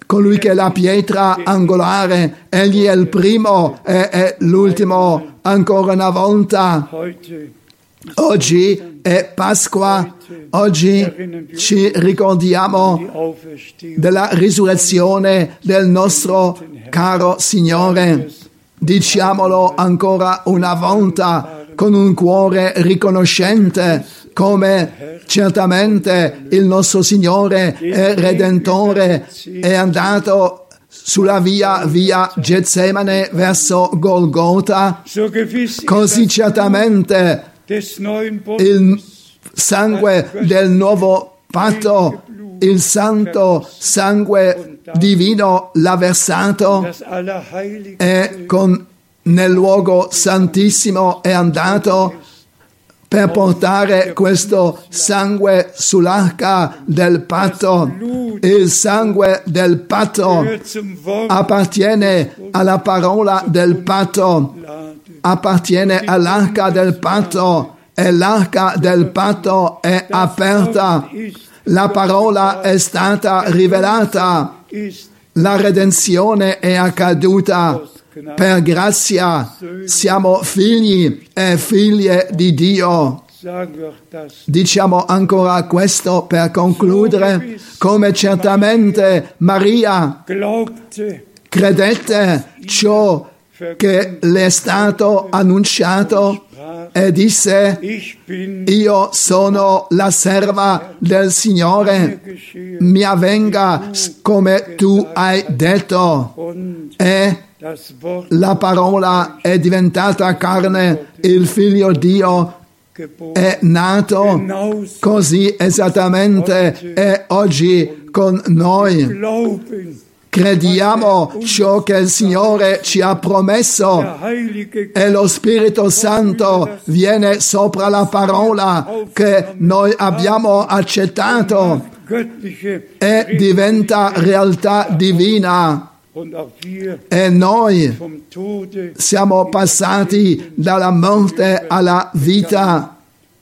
colui che è la pietra angolare, egli è il primo e è l'ultimo ancora una volta. Oggi è Pasqua, oggi ci ricordiamo della risurrezione del nostro caro Signore. Diciamolo ancora una volta con un cuore riconoscente, come certamente il nostro Signore e Redentore è andato sulla via via Getsemane verso Golgota, così certamente il sangue del nuovo patto, il santo sangue divino l'ha versato e con, nel luogo santissimo è andato per portare questo sangue sull'arca del patto. Il sangue del patto appartiene alla parola del patto, appartiene all'arca del patto e l'arca del patto è aperta. La parola è stata rivelata, la redenzione è accaduta. Per grazia siamo figli e figlie di Dio. Diciamo ancora questo per concludere, come certamente Maria credette ciò che le è stato annunciato e disse: io sono la serva del Signore, mi avvenga come tu hai detto. E la parola è diventata carne, il figlio Dio è nato, così esattamente è oggi con noi. Crediamo ciò che il Signore ci ha promesso e lo Spirito Santo viene sopra la parola che noi abbiamo accettato e diventa realtà divina. E noi siamo passati dalla morte alla vita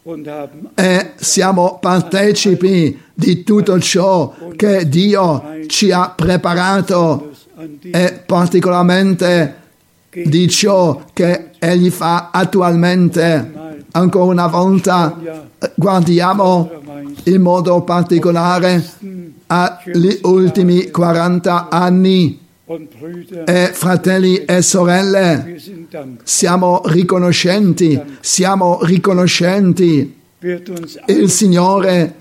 e siamo partecipi di tutto ciò che Dio ci ha preparato e particolarmente di ciò che Egli fa attualmente. Ancora una volta guardiamo in modo particolare agli ultimi quaranta anni. E fratelli e sorelle, siamo riconoscenti, siamo riconoscenti. Il Signore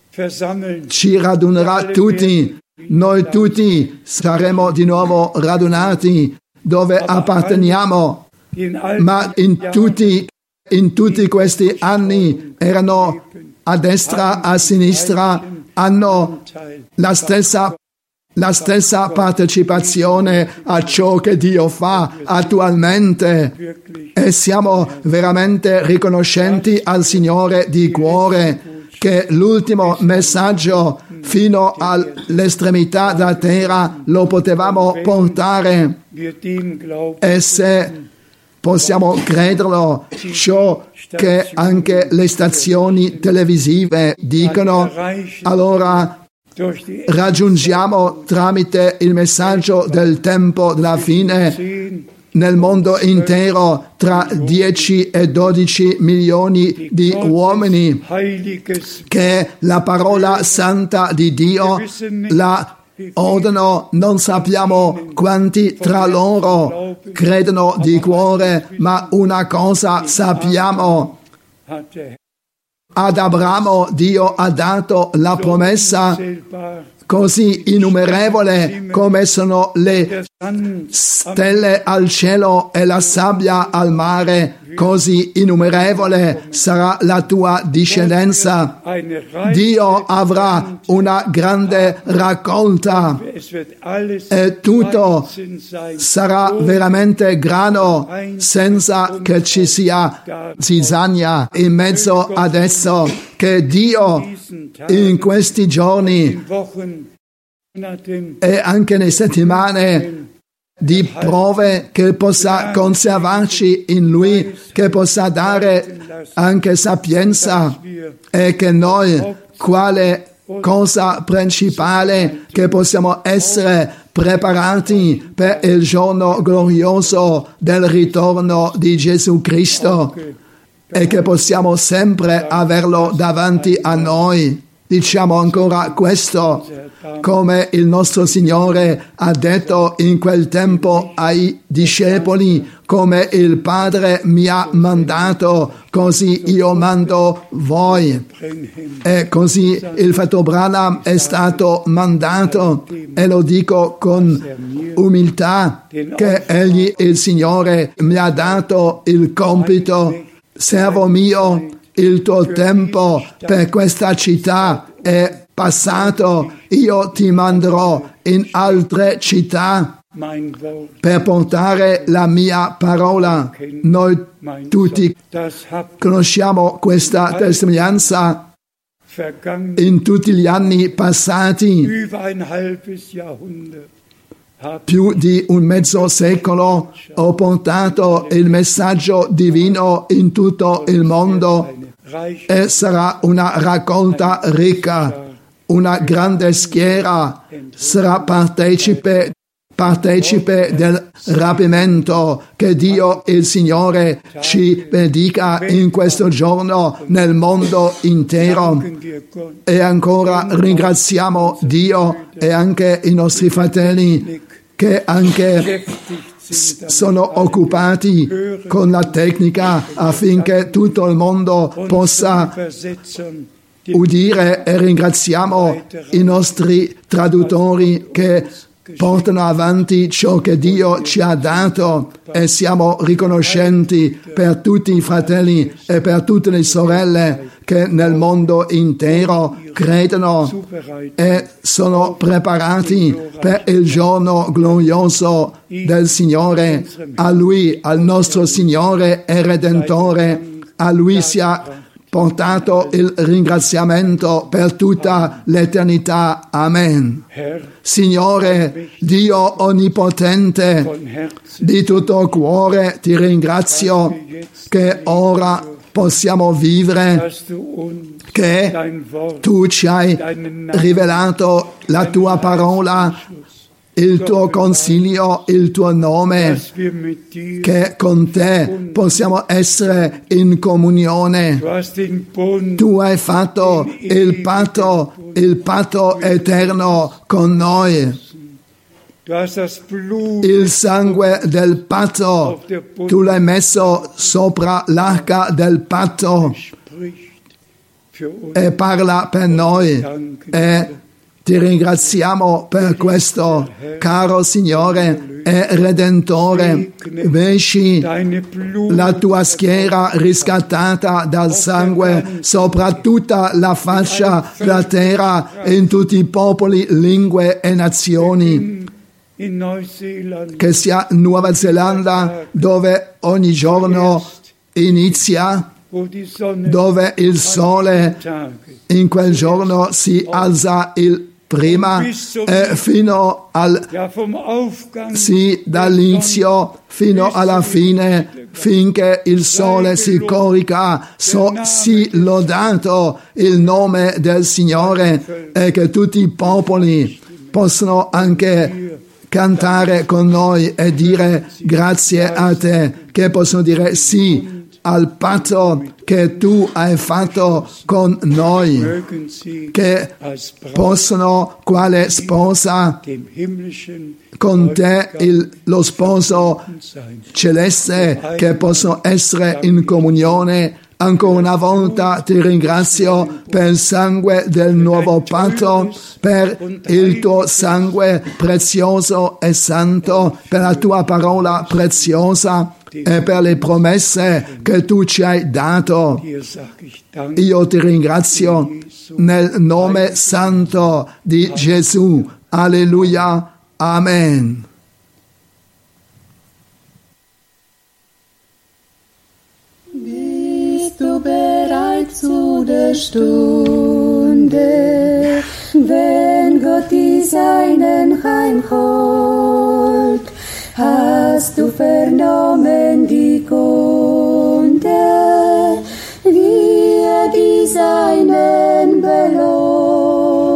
ci radunerà tutti, noi tutti saremo di nuovo radunati dove apparteniamo, ma in tutti, in tutti questi anni erano a destra, a sinistra, hanno la stessa La stessa partecipazione a ciò che Dio fa attualmente e siamo veramente riconoscenti al Signore di cuore che l'ultimo messaggio fino all'estremità della terra lo potevamo portare e se possiamo crederlo, ciò che anche le stazioni televisive dicono, allora raggiungiamo tramite il messaggio del tempo della fine nel mondo intero tra dieci e dodici milioni di uomini che la parola santa di Dio la ordinano, non sappiamo quanti tra loro credono di cuore, ma una cosa sappiamo: ad Abramo Dio ha dato la promessa così innumerevole come sono le stelle al cielo e la sabbia al mare, così innumerevole sarà la tua discendenza. Dio avrà una grande raccolta e tutto sarà veramente grano senza che ci sia zizzania in mezzo ad esso. Che Dio in questi giorni e anche nelle settimane di prove che possa conservarci in Lui, che possa dare anche sapienza e che noi, quale cosa principale, che possiamo essere preparati per il giorno glorioso del ritorno di Gesù Cristo e che possiamo sempre averlo davanti a noi. Diciamo ancora questo, come il nostro Signore ha detto in quel tempo ai discepoli, come il Padre mi ha mandato, così io mando voi. E così il fratello Branham è stato mandato, e lo dico con umiltà, che egli, il Signore, mi ha dato il compito. Servo mio, il tuo tempo per questa città è passato, io ti manderò in altre città per portare la mia parola. Noi tutti conosciamo questa testimonianza. In tutti gli anni passati, più di un mezzo secolo, ho portato il messaggio divino in tutto il mondo e sarà una raccolta ricca, una grande schiera sarà partecipe, partecipe del rapimento. Che Dio il Signore ci benedica in questo giorno nel mondo intero. E ancora ringraziamo Dio e anche i nostri fratelli che anche sono occupati con la tecnica affinché tutto il mondo possa udire, e ringraziamo i nostri traduttori che portano avanti ciò che Dio ci ha dato, e siamo riconoscenti per tutti i fratelli e per tutte le sorelle che nel mondo intero credono e sono preparati per il giorno glorioso del Signore. A Lui, al nostro Signore e Redentore, a Lui sia portato il ringraziamento per tutta l'eternità. Amen. Signore, Dio Onnipotente, di tutto cuore ti ringrazio che ora possiamo vivere, che tu ci hai rivelato la tua parola, il tuo consiglio, il tuo nome, che con te possiamo essere in comunione. Tu hai fatto il patto, il patto eterno con noi. Il sangue del patto, tu l'hai messo sopra l'arca del patto e parla per noi. E ti ringraziamo per questo, caro Signore e Redentore. Vesci la tua schiera riscattata dal sangue sopra tutta la fascia della terra, in tutti i popoli, lingue e nazioni. Che sia Nuova Zelanda, dove ogni giorno inizia, dove il sole in quel giorno si alza il prima e fino al sì, dall'inizio fino alla fine, finché il sole si corica. So, sì, lodato il nome del Signore, e che tutti i popoli possano anche cantare con noi e dire grazie a te, che possono dire sì al patto che tu hai fatto con noi, che possono, quale sposa, con te il, lo sposo celeste, che possono essere in comunione. Ancora una volta ti ringrazio per il sangue del nuovo patto, per il tuo sangue prezioso e santo, per la tua parola preziosa e per le promesse che tu ci hai dato. Io ti ringrazio nel nome santo di Gesù. Alleluia. Amen. Bist du bereit zu der Stunde, wenn Gott die Seinen heimholt? Hast du vernommen die Kunde, wie er die Seinen belohnt?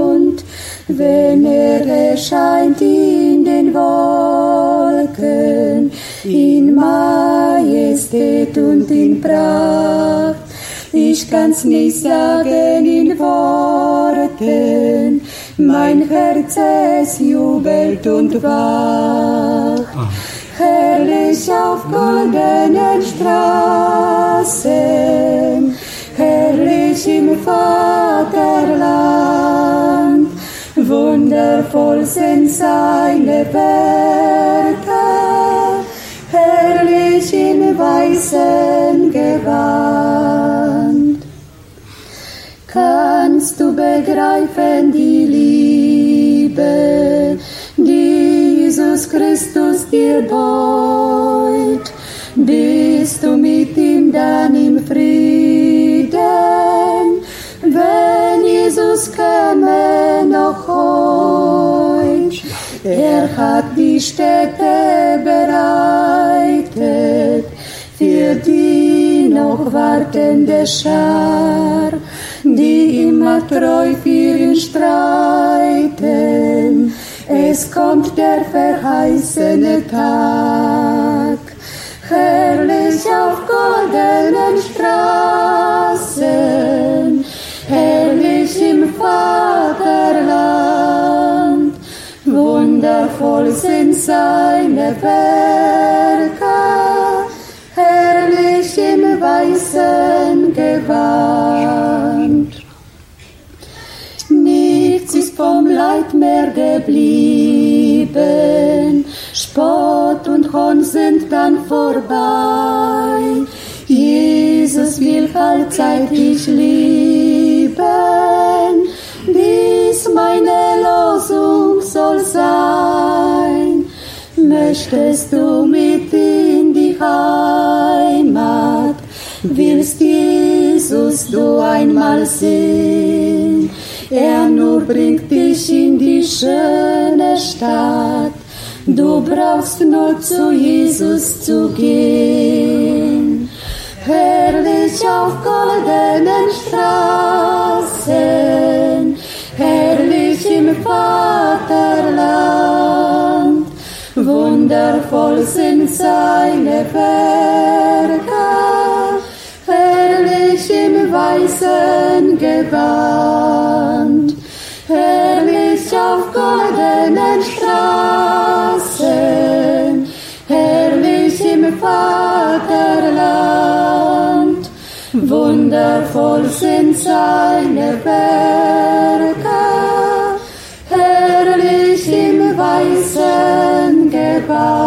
wenn er erscheint in den Wolken, in Majestät und in Pracht. Ich kann's nicht sagen in Worten, mein Herz es jubelt und wacht. Herrlich auf goldenen Straßen, herrlich im Vaterland, wundervoll sind seine Werke, herrlich in weißem Gewand. Kannst du begreifen die Liebe, die Jesus Christus dir beut? Bist du mit ihm dann im Frieden, wenn Jesus käme noch heut? Er hat die Städte bereitet für die noch wartende Schar, die immer treu für ihn streiten. Es kommt der verheißene Tag, herrlich auf goldenen Straßen, herrlich im Vaterland, wundervoll sind seine Werke, herrlich im weißen Gewand. Nichts ist vom Leid mehr geblieben, Spott und Hohn sind dann vorbei. Jesus will allzeit dich lieben, dies meine Losung soll sein. Möchtest du mit in die Heimat, willst Jesus du einmal sehen? Er nur bringt dich in die schöne Stadt, du brauchst nur zu Jesus zu gehen. Herrlich auf goldenen Straßen, herrlich im Vaterland, wundervoll sind seine Werke, herrlich im weißen Gewand, herrlich auf goldenen Straßen, herrlich im Vaterland, wundervoll sind seine Werke, herrlich im weißen Gewand.